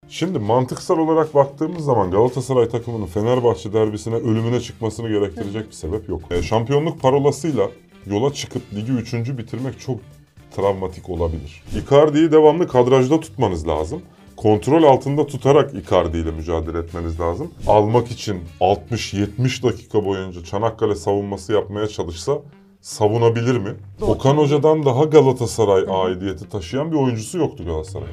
Şimdi mantıksal olarak baktığımız zaman Galatasaray takımının Fenerbahçe derbisine ölümüne çıkmasını gerektirecek bir sebep yok. Şampiyonluk parolasıyla yola çıkıp ligi 3. bitirmek çok travmatik olabilir. Icardi'yi devamlı kadrajda tutmanız lazım. Kontrol altında tutarak Icardi ile mücadele etmeniz lazım. Almak için 60-70 dakika boyunca Çanakkale savunması yapmaya çalışsa savunabilir mi? Doğru. Okan Hoca'dan daha Galatasaray aidiyeti taşıyan bir oyuncusu yoktu Galatasaray'ın.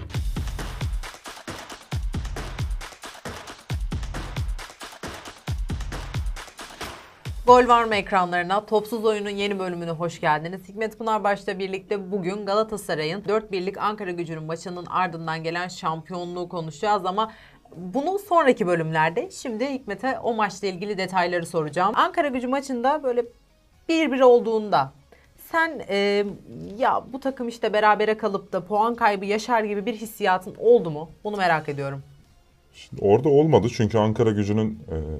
Gol var mı ekranlarına? Topsuz Oyun'un yeni bölümüne hoş geldiniz. Hikmet Pınarbaş'la birlikte bugün Galatasaray'ın 4-1'lik Ankara-Gücü'nün maçının ardından gelen şampiyonluğu konuşacağız ama bunu sonraki bölümlerde. Şimdi Hikmet'e o maçla ilgili detayları soracağım. Ankara-Gücü maçında böyle 1-1 olduğunda sen ya bu takım işte berabere kalıp da puan kaybı yaşar gibi bir hissiyatın oldu mu? Bunu merak ediyorum. Şimdi orada olmadı çünkü Ankara-Gücü'nün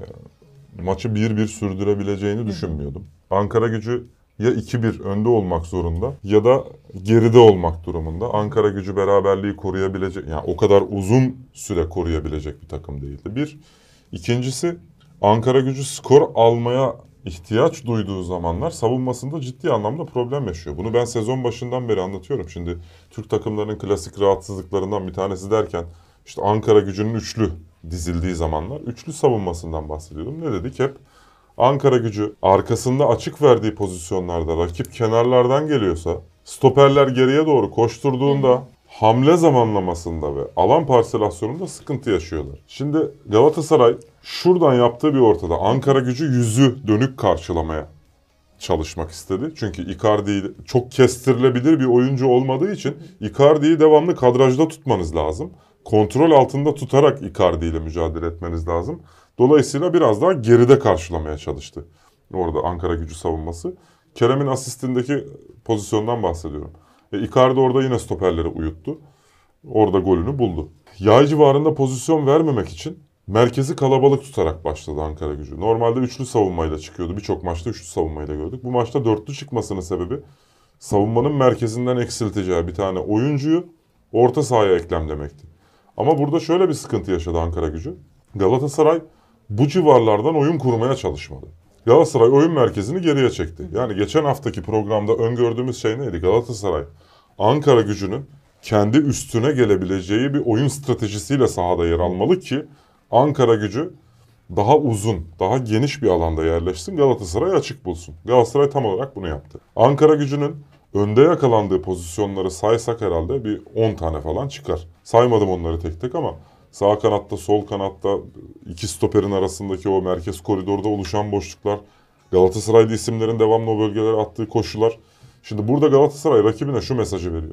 maçı 1-1 sürdürebileceğini düşünmüyordum. Ankara-Gücü ya 2-1 önde olmak zorunda ya da geride olmak durumunda. Ankara-Gücü beraberliği koruyabilecek, yani o kadar uzun süre koruyabilecek bir takım değildi. Bir. İkincisi, Ankara-Gücü skor almaya ihtiyaç duyduğu zamanlar savunmasında ciddi anlamda problem yaşıyor. Bunu ben sezon başından beri anlatıyorum. Şimdi Türk takımlarının klasik rahatsızlıklarından bir tanesi derken işte Ankara-Gücü'nün üçlü dizildiği zamanlar üçlü savunmasından bahsediyordum. Ne dedik hep? Ankara-Gücü arkasında açık verdiği pozisyonlarda rakip kenarlardan geliyorsa stoperler geriye doğru koşturduğunda hamle zamanlamasında ve alan parselasyonunda sıkıntı yaşıyorlar. Şimdi Galatasaray şuradan yaptığı bir ortada Ankara-Gücü yüzü dönük karşılamaya çalışmak istedi. Çünkü Icardi çok kestirilebilir bir oyuncu olmadığı için Icardi'yi devamlı kadrajda tutmanız lazım. Kontrol altında tutarak Icardi ile mücadele etmeniz lazım. Dolayısıyla biraz daha geride karşılamaya çalıştı. Orada Ankara-Gücü savunması. Kerem'in asistindeki pozisyondan bahsediyorum. Icardi orada yine stoperleri uyuttu. Orada golünü buldu. Yay civarında pozisyon vermemek için merkezi kalabalık tutarak başladı Ankara-Gücü. Normalde üçlü savunmayla çıkıyordu. Birçok maçta üçlü savunmayla gördük. Bu maçta dörtlü çıkmasının sebebi savunmanın merkezinden eksilteceği bir tane oyuncuyu orta sahaya eklemlemekti. Ama burada şöyle bir sıkıntı yaşadı Ankara-Gücü. Galatasaray bu civarlardan oyun kurmaya çalışmadı. Galatasaray oyun merkezini geriye çekti. Yani geçen haftaki programda öngördüğümüz şey neydi? Galatasaray Ankara-Gücü'nün kendi üstüne gelebileceği bir oyun stratejisiyle sahada yer almalı ki Ankara-Gücü daha uzun, daha geniş bir alanda yerleşsin, Galatasaray açık bulsun. Galatasaray tam olarak bunu yaptı. Ankara-Gücü'nün önde yakalandığı pozisyonları saysak herhalde bir 10 tane falan çıkar. Saymadım onları tek tek ama sağ kanatta, sol kanatta iki stoperin arasındaki o merkez koridorda oluşan boşluklar, Galatasaraylı isimlerin devamlı o bölgelere attığı koşular. Şimdi burada Galatasaray rakibine şu mesajı veriyor.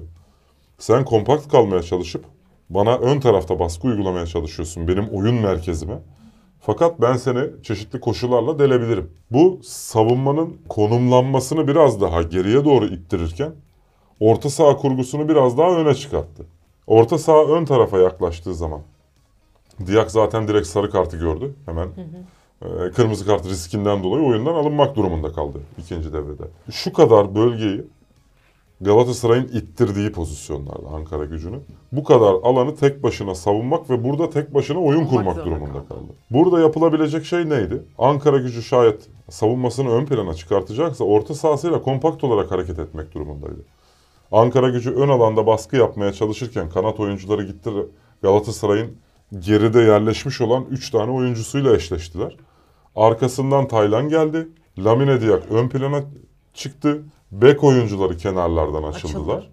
Sen kompakt kalmaya çalışıp bana ön tarafta baskı uygulamaya çalışıyorsun benim oyun merkezime. Fakat ben seni çeşitli koşularla delebilirim. Bu savunmanın konumlanmasını biraz daha geriye doğru ittirirken orta saha kurgusunu biraz daha öne çıkarttı. Orta saha ön tarafa yaklaştığı zaman Diak zaten direkt sarı kartı gördü. Hemen kırmızı kart riskinden dolayı oyundan alınmak durumunda kaldı ikinci devrede. Şu kadar bölgeyi Galatasaray'ın ittirdiği pozisyonlarda Ankara-Gücü'nü bu kadar alanı tek başına savunmak ve burada tek başına oyun kurmak durumunda kaldı. Burada yapılabilecek şey neydi? Ankara-Gücü şayet savunmasını ön plana çıkartacaksa orta sahasıyla kompakt olarak hareket etmek durumundaydı. Ankara-Gücü ön alanda baskı yapmaya çalışırken kanat oyuncuları gitti Galatasaray'ın geride yerleşmiş olan 3 tane oyuncusuyla eşleştiler. Arkasından Taylan geldi. Lamine Diak ön plana çıktı. Bek oyuncuları kenarlardan açıldılar.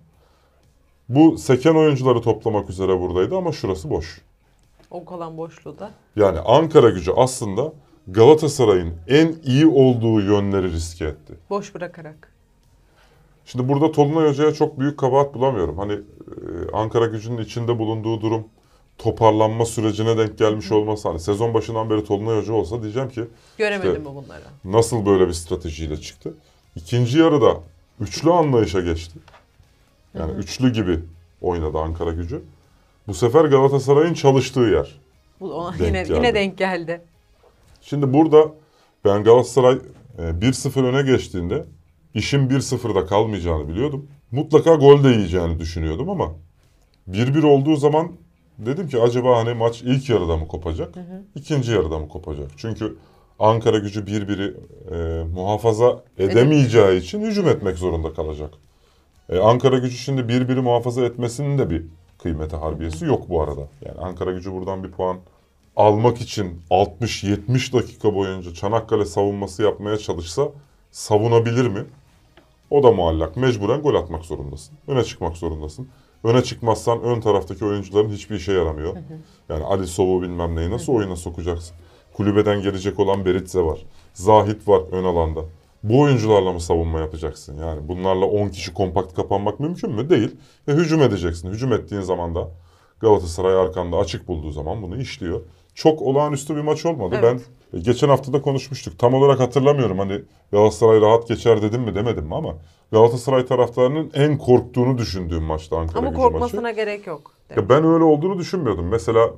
Bu seken oyuncuları toplamak üzere buradaydı ama şurası boş. O kalan boşluğu da. Yani Ankara-Gücü aslında Galatasaray'ın en iyi olduğu yönleri riske etti. Boş bırakarak. Şimdi burada Tolunay Hoca'ya çok büyük kabahat bulamıyorum. Hani Ankara-Gücü'nün içinde bulunduğu durum toparlanma sürecine denk gelmiş olması. Hani sezon başından beri Tolunay Hoca olsa diyeceğim ki Göremedim işte, mi bunları? nasıl böyle bir stratejiyle çıktı? İkinci yarıda üçlü anlayışa geçti. Yani üçlü gibi oynadı Ankara-Gücü. Bu sefer Galatasaray'ın çalıştığı yer. Bu ona Denk yine denk geldi. Şimdi burada ben Galatasaray 1-0 öne geçtiğinde işin 1-0'da kalmayacağını biliyordum. Mutlaka gol de yiyeceğini düşünüyordum ama 1-1 olduğu zaman Dedim ki acaba hani maç ilk yarıda mı kopacak, ikinci yarıda mı kopacak? Çünkü Ankara Gücü bir muhafaza edemeyeceği için hücum etmek zorunda kalacak. Ankara Gücü şimdi bir muhafaza etmesinin de bir kıymeti harbiyesi yok bu arada. Yani Ankara Gücü buradan bir puan almak için 60-70 dakika boyunca Çanakkale savunması yapmaya çalışsa savunabilir mi? O da muallak. Mecburen gol atmak zorundasın. Öne çıkmak zorundasın. Öne çıkmazsan ön taraftaki oyuncuların hiçbir işe yaramıyor. Yani Ali Sov'u bilmem neyi nasıl oyuna sokacaksın? Kulübeden gelecek olan Beritze var. Zahit var ön alanda. Bu oyuncularla mı savunma yapacaksın? Yani bunlarla 10 kişi kompakt kapanmak mümkün mü? Değil. Hücum edeceksin. Hücum ettiğin zaman da Galatasaray arkanda açık bulduğu zaman bunu işliyor. Çok olağanüstü bir maç olmadı. Evet. Ben geçen hafta da konuşmuştuk. Tam olarak hatırlamıyorum. Hani Galatasaray rahat geçer dedim mi demedim mi ama Galatasaray taraftarının en korktuğunu düşündüğüm maçtı Ankara Ama Gücü korkmasına maçı. gerek yok. Ya ben öyle olduğunu düşünmüyordum. Mesela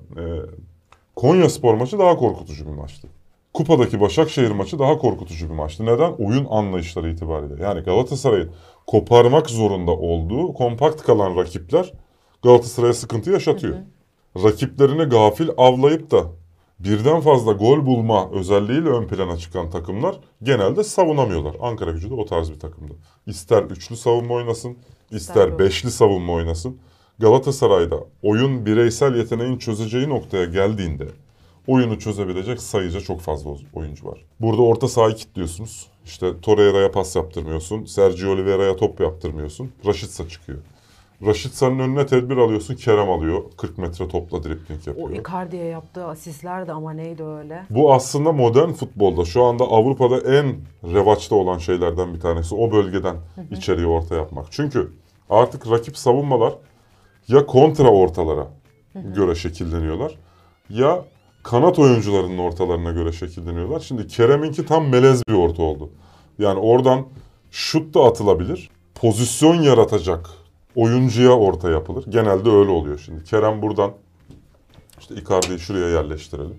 Konyaspor maçı daha korkutucu bir maçtı. Kupadaki Başakşehir maçı daha korkutucu bir maçtı. Neden? Oyun anlayışları itibariyle. Yani Galatasaray'ın koparmak zorunda olduğu kompakt kalan rakipler Galatasaray'a sıkıntı yaşatıyor. Rakiplerini gafil avlayıp da birden fazla gol bulma özelliğiyle ön plana çıkan takımlar genelde savunamıyorlar. Ankara Gücü de o tarz bir takımdı. İster üçlü savunma oynasın, ister beşli savunma oynasın. Galatasaray'da oyun bireysel yeteneğin çözeceği noktaya geldiğinde oyunu çözebilecek sayıca çok fazla oyuncu var. Burada orta sahayı kilitliyorsunuz. İşte Torreira'ya pas yaptırmıyorsun. Sergio Oliveira'ya top yaptırmıyorsun. Rashica çıkıyor. Rashica'nın önüne tedbir alıyorsun. Kerem alıyor. 40 metre topla dribling yapıyor. O Icardi'ye yaptığı asistler de ama neydi öyle? Bu aslında modern futbolda şu anda Avrupa'da en revaçta olan şeylerden bir tanesi. O bölgeden içeriği orta yapmak. Çünkü artık rakip savunmalar ya kontra ortalara göre şekilleniyorlar ya kanat oyuncularının ortalarına göre şekilleniyorlar. Şimdi Kerem'inki tam melez bir orta oldu. Yani oradan şut da atılabilir. Pozisyon yaratacak oyuncuya orta yapılır. Genelde öyle oluyor şimdi. Kerem buradan işte Icardi'yi şuraya yerleştirelim.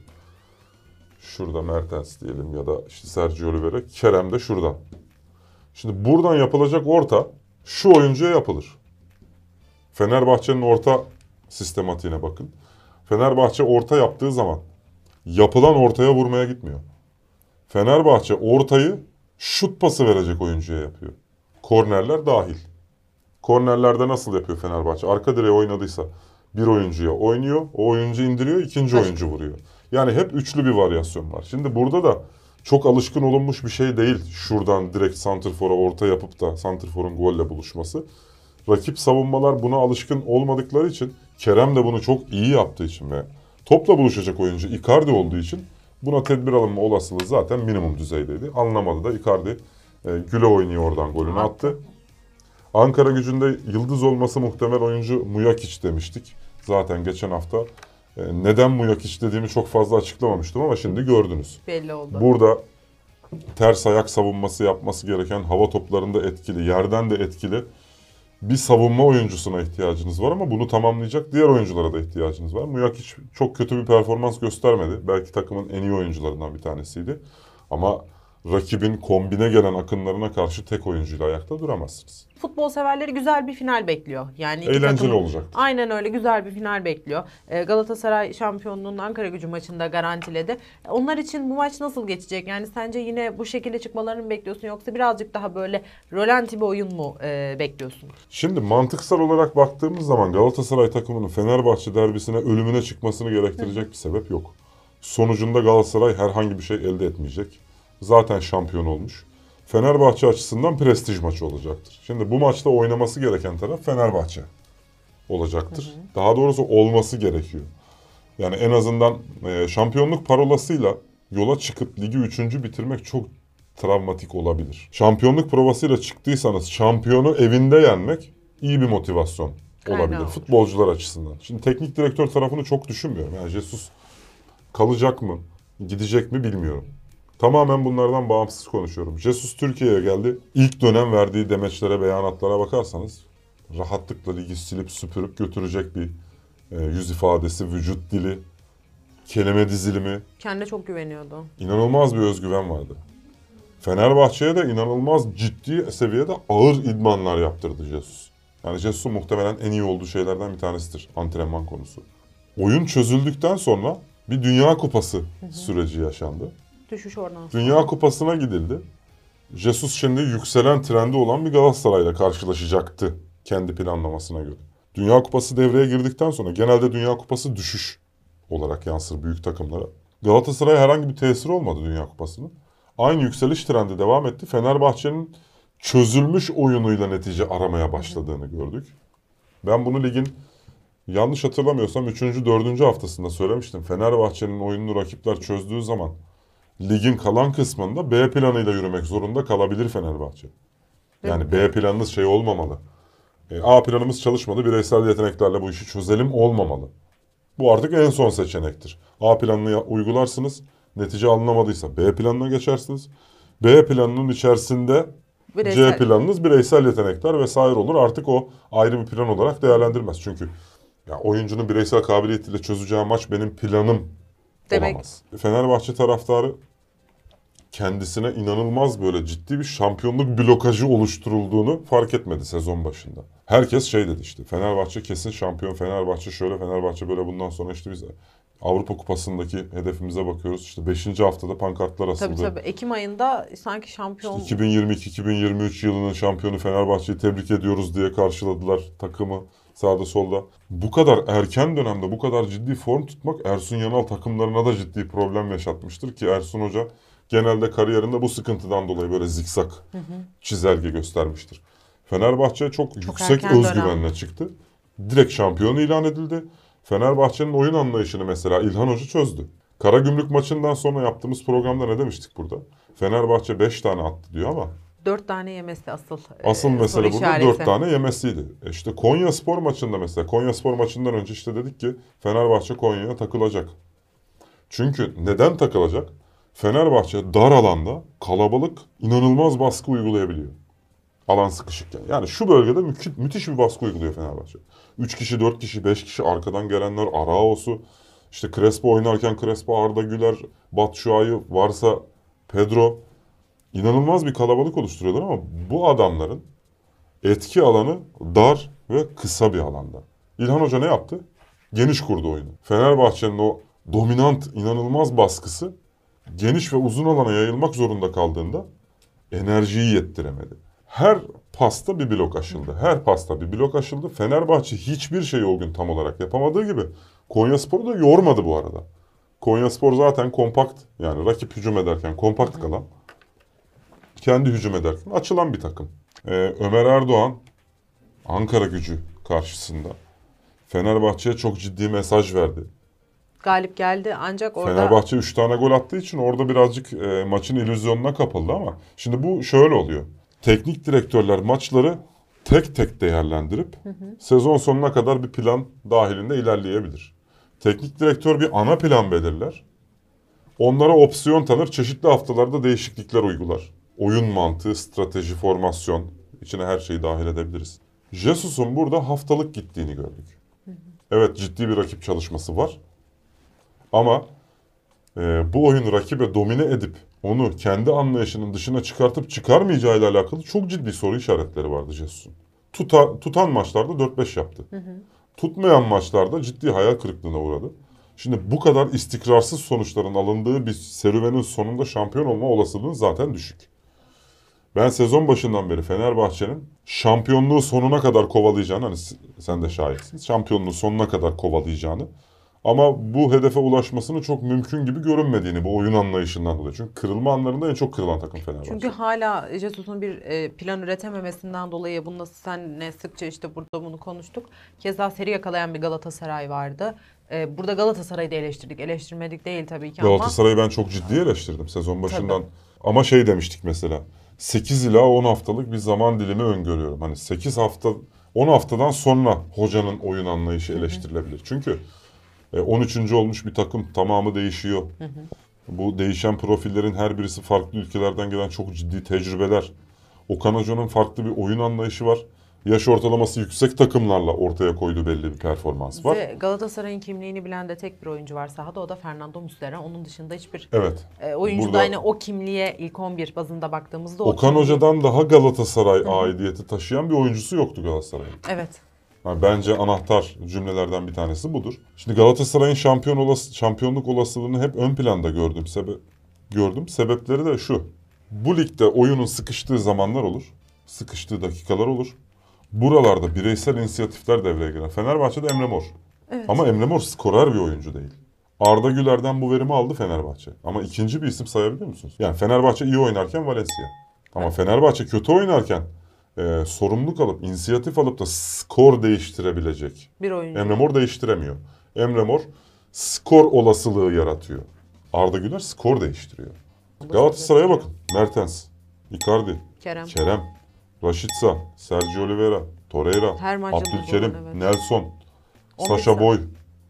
Şurada Mertens diyelim ya da işte Sergio Oliveira. Kerem de şuradan. Şimdi buradan yapılacak orta şu oyuncuya yapılır. Fenerbahçe'nin orta sistematiğine bakın. Fenerbahçe orta yaptığı zaman yapılan ortaya vurmaya gitmiyor. Fenerbahçe ortayı şut pası verecek oyuncuya yapıyor. Kornerler dahil. Kornerlerde nasıl yapıyor Fenerbahçe? Arka direğe oynadıysa bir oyuncuya oynuyor, o oyuncu indiriyor, ikinci oyuncu vuruyor. Yani hep üçlü bir varyasyon var. Şimdi burada da çok alışkın olunmuş bir şey değil. Şuradan direkt santrfora orta yapıp da santrforun golle buluşması. Rakip savunmalar buna alışkın olmadıkları için, Kerem de bunu çok iyi yaptığı için ve topla buluşacak oyuncu Icardi olduğu için buna tedbir alınma olasılığı zaten minimum düzeydeydi. Anlamadı da Icardi güle oynuyor oradan golünü attı. Ankara Gücü'nde yıldız olması muhtemel oyuncu Mujakic demiştik. Zaten geçen hafta neden Mujakic dediğimi çok fazla açıklamamıştım ama şimdi gördünüz. Belli oldu. Burada ters ayak savunması yapması gereken, hava toplarında etkili, yerden de etkili bir savunma oyuncusuna ihtiyacınız var ama bunu tamamlayacak diğer oyunculara da ihtiyacınız var. Mujakic çok kötü bir performans göstermedi. Belki takımın en iyi oyuncularından bir tanesiydi. Ama rakibin kombine gelen akınlarına karşı tek oyuncuyla ayakta duramazsınız. Futbol severleri güzel bir final bekliyor. Yani iki Eğlenceli takım, olacak. aynen öyle, güzel bir final bekliyor. Galatasaray şampiyonluğunu Ankara Gücü maçında garantiledi. Onlar için bu maç nasıl geçecek? Yani sence yine bu şekilde çıkmalarını mı bekliyorsun yoksa birazcık daha böyle rolanti bir oyun mu bekliyorsun? Şimdi mantıksal olarak baktığımız zaman Galatasaray takımının Fenerbahçe derbisine ölümüne çıkmasını gerektirecek bir sebep yok. Sonucunda Galatasaray herhangi bir şey elde etmeyecek. Zaten şampiyon olmuş. Fenerbahçe açısından prestij maçı olacaktır. Şimdi bu maçta oynaması gereken taraf Fenerbahçe olacaktır. Daha doğrusu olması gerekiyor. Yani en azından şampiyonluk parolasıyla yola çıkıp ligi 3. bitirmek çok travmatik olabilir. Şampiyonluk provasıyla çıktıysanız şampiyonu evinde yenmek iyi bir motivasyon olabilir Aynen. futbolcular açısından. Şimdi teknik direktör tarafını çok düşünmüyorum. Yani Jesus kalacak mı, gidecek mi bilmiyorum. Tamamen bunlardan bağımsız konuşuyorum. Jesus Türkiye'ye geldi. İlk dönem verdiği demeçlere, beyanatlara bakarsanız rahatlıkla ligi silip süpürüp götürecek bir yüz ifadesi, vücut dili, kelime dizilimi. Kendine çok güveniyordu. İnanılmaz bir özgüven vardı. Fenerbahçe'ye de inanılmaz ciddi seviyede ağır idmanlar yaptırdı Jesus. Yani Jesus'un muhtemelen en iyi olduğu şeylerden bir tanesidir antrenman konusu. Oyun çözüldükten sonra bir Dünya Kupası süreci yaşandı. Düşüş oradan sonra. Dünya Kupası'na gidildi. Jesus şimdi yükselen trendi olan bir Galatasaray'la karşılaşacaktı kendi planlamasına göre. Dünya Kupası devreye girdikten sonra genelde Dünya Kupası düşüş olarak yansır büyük takımlara. Galatasaray'a herhangi bir tesiri olmadı Dünya Kupası'nın. Aynı yükseliş trendi devam etti. Fenerbahçe'nin çözülmüş oyunuyla netice aramaya başladığını gördük. Ben bunu ligin yanlış hatırlamıyorsam 3. 4. haftasında söylemiştim. Fenerbahçe'nin oyununu rakipler çözdüğü zaman ligin kalan kısmında B planıyla yürümek zorunda kalabilir Fenerbahçe. Yani B planınız şey olmamalı. A planımız çalışmadı, bireysel yeteneklerle bu işi çözelim olmamalı. Bu artık en son seçenektir. A planını uygularsınız, netice alınamadıysa B planına geçersiniz. B planının içerisinde C planınız bireysel yetenekler vesaire olur. Artık o ayrı bir plan olarak değerlendirmez. Çünkü ya oyuncunun bireysel kabiliyetiyle çözeceği maç benim planım olamaz. Fenerbahçe taraftarı kendisine inanılmaz böyle ciddi bir şampiyonluk blokajı oluşturulduğunu fark etmedi sezon başında. Herkes şey dedi işte, Fenerbahçe kesin şampiyon, Fenerbahçe şöyle, Fenerbahçe böyle, bundan sonra işte biz Avrupa Kupası'ndaki hedefimize bakıyoruz. İşte 5. haftada pankartlar asıldı. Tabii. Ekim ayında sanki şampiyon... İşte 2022-2023 yılının şampiyonu Fenerbahçe'yi tebrik ediyoruz diye karşıladılar takımı sağda solda. Bu kadar erken dönemde bu kadar ciddi form tutmak Ersun Yanal takımlarına da ciddi problem yaşatmıştır ki Ersun Hoca genelde kariyerinde bu sıkıntıdan dolayı böyle zikzak çizelge göstermiştir. Fenerbahçe çok yüksek özgüvenle çıktı. Direkt şampiyon ilan edildi. Fenerbahçe'nin oyun anlayışını mesela İlhan Hoca çözdü. Karagümrük maçından sonra yaptığımız programda ne demiştik burada? Fenerbahçe 5 tane attı diyor ama 4 tane yemesi asıl. Asıl mesele burada 4 tane yemesiydi. İşte Konyaspor maçında mesela, Konyaspor maçından önce işte dedik ki Fenerbahçe Konya'ya takılacak. Çünkü neden takılacak? Fenerbahçe dar alanda kalabalık inanılmaz baskı uygulayabiliyor. Alan sıkışıkken. Yani şu bölgede müthiş bir baskı uyguluyor Fenerbahçe. 3 kişi, 4 kişi, 5 kişi arkadan gelenler, Araos'u, işte Crespo oynarken Crespo, Arda Güler, Batshuayi, varsa Pedro. İnanılmaz bir kalabalık oluşturuyorlar ama bu adamların etki alanı dar ve kısa bir alanda. İlhan Hoca ne yaptı? Geniş kurdu oyunu. Fenerbahçe'nin o dominant, inanılmaz baskısı geniş ve uzun alana yayılmak zorunda kaldığında enerjiyi yettiremedi. Her pasta bir blok aşıldı. Her pasta bir blok aşıldı. Fenerbahçe hiçbir şeyi o gün tam olarak yapamadığı gibi Konyaspor'u da yormadı bu arada. Konyaspor zaten kompakt, yani rakip hücum ederken kompakt kalan, kendi hücum ederken açılan bir takım. Ömer Erdoğan Ankaragücü karşısında Fenerbahçe'ye çok ciddi mesaj verdi. Galip geldi ancak orada... Fenerbahçe 3 tane gol attığı için orada birazcık maçın illüzyonuna kapıldı ama şimdi bu şöyle oluyor. Teknik direktörler maçları tek tek değerlendirip sezon sonuna kadar bir plan dahilinde ilerleyebilir. Teknik direktör bir ana plan belirler. Onlara opsiyon tanır, çeşitli haftalarda değişiklikler uygular. Oyun mantığı, strateji, formasyon, içine her şeyi dahil edebiliriz. Jesus'un burada haftalık gittiğini gördük. Evet, ciddi bir rakip çalışması var. Ama bu oyunu rakibe domine edip onu kendi anlayışının dışına çıkartıp çıkarmayacağıyla alakalı çok ciddi soru işaretleri vardı Jesus'un. Tutan maçlarda 4-5 yaptı. Tutmayan maçlarda ciddi hayal kırıklığına uğradı. Şimdi bu kadar istikrarsız sonuçların alındığı bir serüvenin sonunda şampiyon olma olasılığı zaten düşük. Ben sezon başından beri Fenerbahçe'nin şampiyonluğu sonuna kadar kovalayacağını, hani sen de şahitsin, şampiyonluğu sonuna kadar kovalayacağını ama bu hedefe ulaşmasını çok mümkün gibi görünmediğini bu oyun anlayışından dolayı. Çünkü kırılma anlarında en çok kırılan takım Fenerbahçe. Çünkü hala Jesus'un bir plan üretememesinden dolayı bununla senle sıkça işte burada bunu konuştuk. Keza seri yakalayan bir Galatasaray vardı. Burada Galatasaray'ı da eleştirdik. Eleştirmedik değil tabii ki ama. Galatasaray'ı ben çok ciddi eleştirdim sezon başından. Tabii. Ama şey demiştik mesela. 8 ila 10 haftalık bir zaman dilimi öngörüyorum. Hani 8 hafta, 10 haftadan sonra hocanın oyun anlayışı eleştirilebilir. Çünkü 13. olmuş bir takım, tamamı değişiyor. Bu değişen profillerin her birisi farklı ülkelerden gelen çok ciddi tecrübeler. Okan Hoca'nın farklı bir oyun anlayışı var. Yaş ortalaması yüksek takımlarla ortaya koyduğu belli bir performans var. Ve Galatasaray'ın kimliğini bilen de tek bir oyuncu var sahada, o da Fernando Muslera. Onun dışında hiçbir oyuncu burada, da hani o kimliğe ilk 11 bazında baktığımızda Okan Hoca'dan daha Galatasaray aidiyeti taşıyan bir oyuncusu yoktu Galatasaray'ın. Evet. Yani bence anahtar cümlelerden bir tanesi budur. Şimdi Galatasaray'ın şampiyonluk olasılığını hep ön planda gördüm. Sebepleri de şu. Bu ligde oyunun sıkıştığı zamanlar olur. Sıkıştığı dakikalar olur. Buralarda bireysel inisiyatifler devreye girer. Fenerbahçe'de Emre Mor. Evet. Ama Emre Mor skorer bir oyuncu değil. Arda Güler'den bu verimi aldı Fenerbahçe. Ama ikinci bir isim sayabilir musunuz? Yani Fenerbahçe iyi oynarken Valencia. Ama Fenerbahçe kötü oynarken sorumluluk alıp, inisiyatif alıp da skor değiştirebilecek. Bir oyuncu. Emre Mor değiştiremiyor. Emre Mor skor olasılığı yaratıyor. Arda Güler skor değiştiriyor. Galatasaray'a bakın. Mertens, Icardi, Kerem. Rashica, Sergio Oliveira, Torreira, Her maçta Abdülkerim, bulan, evet. Nelson, O Sacha mesela. Boy.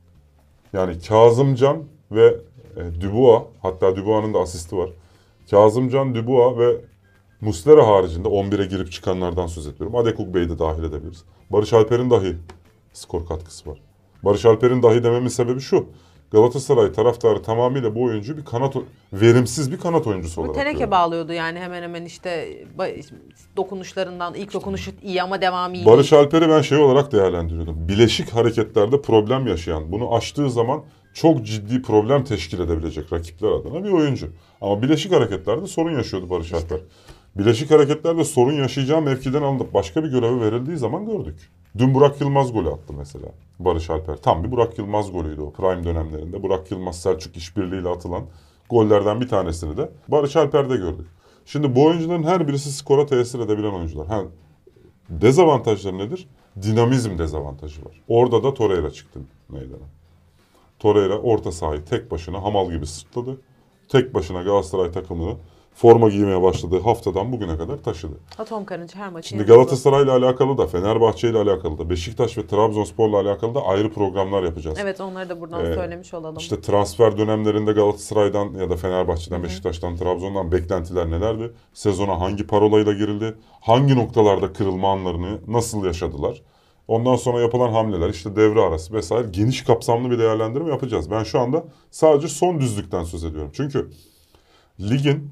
Yani Kazımcan ve Dubois, hatta Dubois'ın da asisti var. Kazımcan, Dubois ve Muslera haricinde 11'e girip çıkanlardan söz ediyorum. Adekuk Bey'i de dahil edebiliriz. Barış Alper'in dahi skor katkısı var. Barış Alper'in dahi dememin sebebi şu. Galatasaray taraftarı tamamıyla bu oyuncu verimsiz bir kanat oyuncusu Bu olarak teneke görüyor. bağlıyordu yani hemen hemen işte dokunuşlarından ilk dokunuşu iyi ama devamı iyi Barış değil. Alper'i ben şey olarak değerlendiriyordum. Bileşik hareketlerde problem yaşayan, bunu aştığı zaman çok ciddi problem teşkil edebilecek rakipler adına bir oyuncu. Ama bileşik hareketlerde sorun yaşıyordu Barış Alper. Bileşik hareketlerde sorun yaşayacağı mevkiden alınıp başka bir göreve verildiği zaman gördük. Dün Burak Yılmaz golü attı mesela Barış Alper. Tam bir Burak Yılmaz golüydü o prime dönemlerinde. Burak Yılmaz Selçuk işbirliğiyle atılan gollerden bir tanesini de Barış Alper'de gördük. Şimdi bu oyuncuların her birisi skora tesir edebilen oyuncular. Dezavantajları nedir? Dinamizm dezavantajı var. Orada da Torreira çıktı meydana. Torreira orta sahayı tek başına hamal gibi sırtladı. Tek başına Galatasaray takımını forma giymeye başladığı haftadan bugüne kadar taşıdı. Atom Karınca her maçı Şimdi yanıldı. Galatasaray'la alakalı da, Fenerbahçe'yle alakalı da, Beşiktaş ve Trabzonspor'la alakalı da ayrı programlar yapacağız. Evet onları da buradan söylemiş olalım. İşte transfer dönemlerinde Galatasaray'dan ya da Fenerbahçe'den, Beşiktaş'tan, Trabzon'dan beklentiler nelerdi? Sezona hangi parolayla girildi? Hangi noktalarda kırılma anlarını nasıl yaşadılar? Ondan sonra yapılan hamleler, işte devre arası vesaire geniş kapsamlı bir değerlendirme yapacağız. Ben şu anda sadece son düzlükten söz ediyorum. Çünkü ligin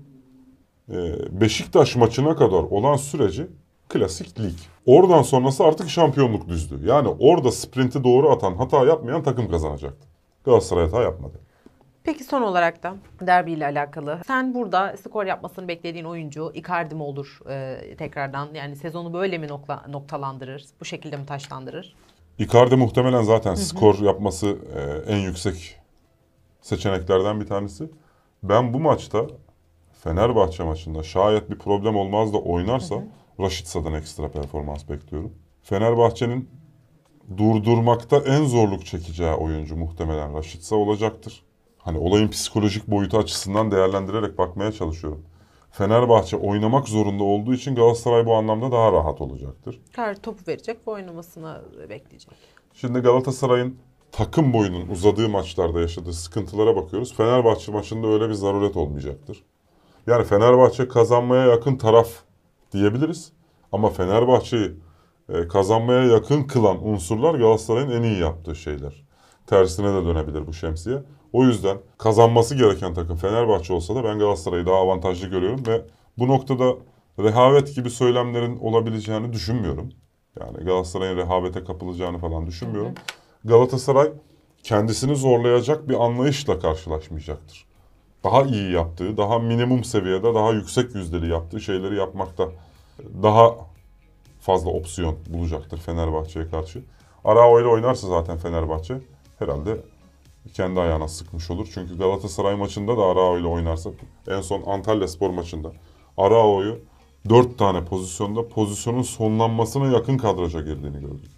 Beşiktaş maçına kadar olan süreci klasik lig. Oradan sonrası artık şampiyonluk düzlüğü. Yani orada sprinti doğru atan, hata yapmayan takım kazanacaktı. Galatasaray hata yapmadı. Peki son olarak da derbi ile alakalı. Sen burada skor yapmasını beklediğin oyuncu Icardi mi olur tekrardan? Yani sezonu böyle mi noktalandırır? Bu şekilde mi taşlandırır? Icardi muhtemelen zaten skor yapması en yüksek seçeneklerden bir tanesi. Ben bu maçta, Fenerbahçe maçında şayet bir problem olmaz da oynarsa Raşitsa'dan ekstra performans bekliyorum. Fenerbahçe'nin durdurmakta en zorluk çekeceği oyuncu muhtemelen Raşitsa olacaktır. Hani olayın psikolojik boyutu açısından değerlendirerek bakmaya çalışıyorum. Fenerbahçe oynamak zorunda olduğu için Galatasaray bu anlamda daha rahat olacaktır. Topu verecek ve oynamasını bekleyecek. Şimdi Galatasaray'ın takım boyunun uzadığı maçlarda yaşadığı sıkıntılara bakıyoruz. Fenerbahçe maçında öyle bir zaruret olmayacaktır. Yani Fenerbahçe kazanmaya yakın taraf diyebiliriz. Ama Fenerbahçe'yi kazanmaya yakın kılan unsurlar Galatasaray'ın en iyi yaptığı şeyler. Tersine de dönebilir bu şemsiye. O yüzden kazanması gereken takım Fenerbahçe olsa da ben Galatasaray'ı daha avantajlı görüyorum ve bu noktada rehavet gibi söylemlerin olabileceğini düşünmüyorum. Yani Galatasaray'ın rehavete kapılacağını falan düşünmüyorum. Galatasaray kendisini zorlayacak bir anlayışla karşılaşmayacaktır. Daha iyi yaptığı, daha minimum seviyede, daha yüksek yüzdeli yaptığı şeyleri yapmakta daha fazla opsiyon bulacaktır Fenerbahçe'ye karşı. Arao ile oynarsa zaten Fenerbahçe herhalde kendi ayağına sıkmış olur. Çünkü Galatasaray maçında da Arao ile oynarsa, en son Antalyaspor maçında Arao'yu 4 tane pozisyonda pozisyonun sonlanmasına yakın kadraja girdiğini gördük.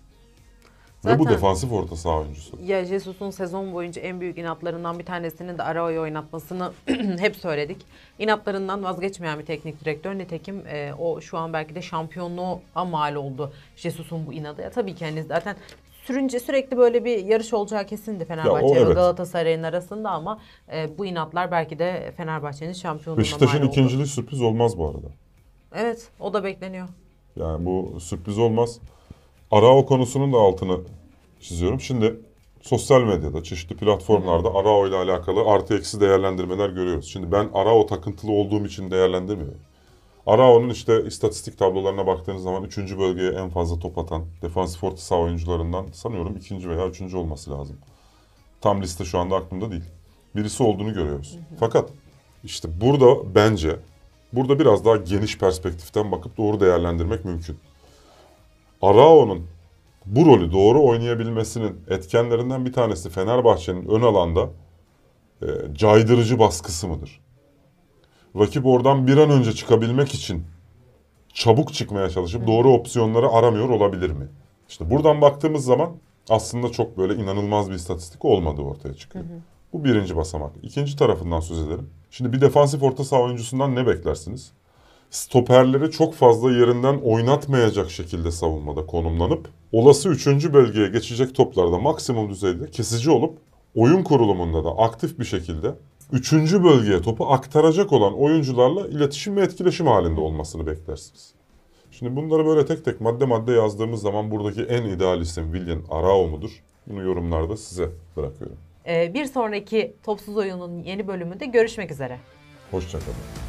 Ve bu Zaten defansif orta saha oyuncusu. ya Jesus'un sezon boyunca en büyük inatlarından bir tanesinin de Arao'yu oynatmasını hep söyledik. İnatlarından vazgeçmeyen bir teknik direktör. Nitekim o şu an belki de şampiyonluğa mal oldu Jesus'un bu inadı. Ya tabii ki hani zaten sürekli böyle bir yarış olacağı kesindi Fenerbahçe ve evet. Galatasaray'ın arasında ama bu inatlar belki de Fenerbahçe'nin şampiyonluğuna Beşiktaş'ın mal oldu. ikinciliği sürpriz olmaz bu arada. Evet, o da bekleniyor. Yani bu sürpriz olmaz. Arao konusunun da altını çiziyorum. Şimdi sosyal medyada, çeşitli platformlarda Arao ile alakalı artı eksi değerlendirmeler görüyoruz. Şimdi ben Arao takıntılı olduğum için değerlendirmiyorum. Arao'nun işte istatistik tablolarına baktığınız zaman 3. bölgeye en fazla top atan defansif orta saha oyuncularından sanıyorum 2. veya 3. olması lazım. Tam liste şu anda aklımda değil. Birisi olduğunu görüyoruz. Fakat işte burada biraz daha geniş perspektiften bakıp doğru değerlendirmek mümkün. Arao'nun bu rolü doğru oynayabilmesinin etkenlerinden bir tanesi Fenerbahçe'nin ön alanda caydırıcı baskısı mıdır? Rakip oradan bir an önce çıkabilmek için çabuk çıkmaya çalışıp doğru opsiyonları aramıyor olabilir mi? İşte buradan baktığımız zaman aslında çok böyle inanılmaz bir istatistik olmadığı ortaya çıkıyor. Bu birinci basamak. İkinci tarafından söz edelim. Şimdi bir defansif orta saha oyuncusundan ne beklersiniz? Stoperleri çok fazla yerinden oynatmayacak şekilde savunmada konumlanıp olası 3. bölgeye geçecek toplarda maksimum düzeyde kesici olup oyun kurulumunda da aktif bir şekilde 3. bölgeye topu aktaracak olan oyuncularla iletişim ve etkileşim halinde olmasını beklersiniz. Şimdi bunları böyle tek tek madde madde yazdığımız zaman buradaki en ideal isim Willian Arao mudur? Bunu yorumlarda size bırakıyorum. Bir sonraki Topsuz Oyun'un yeni bölümünde görüşmek üzere. Hoşça kalın.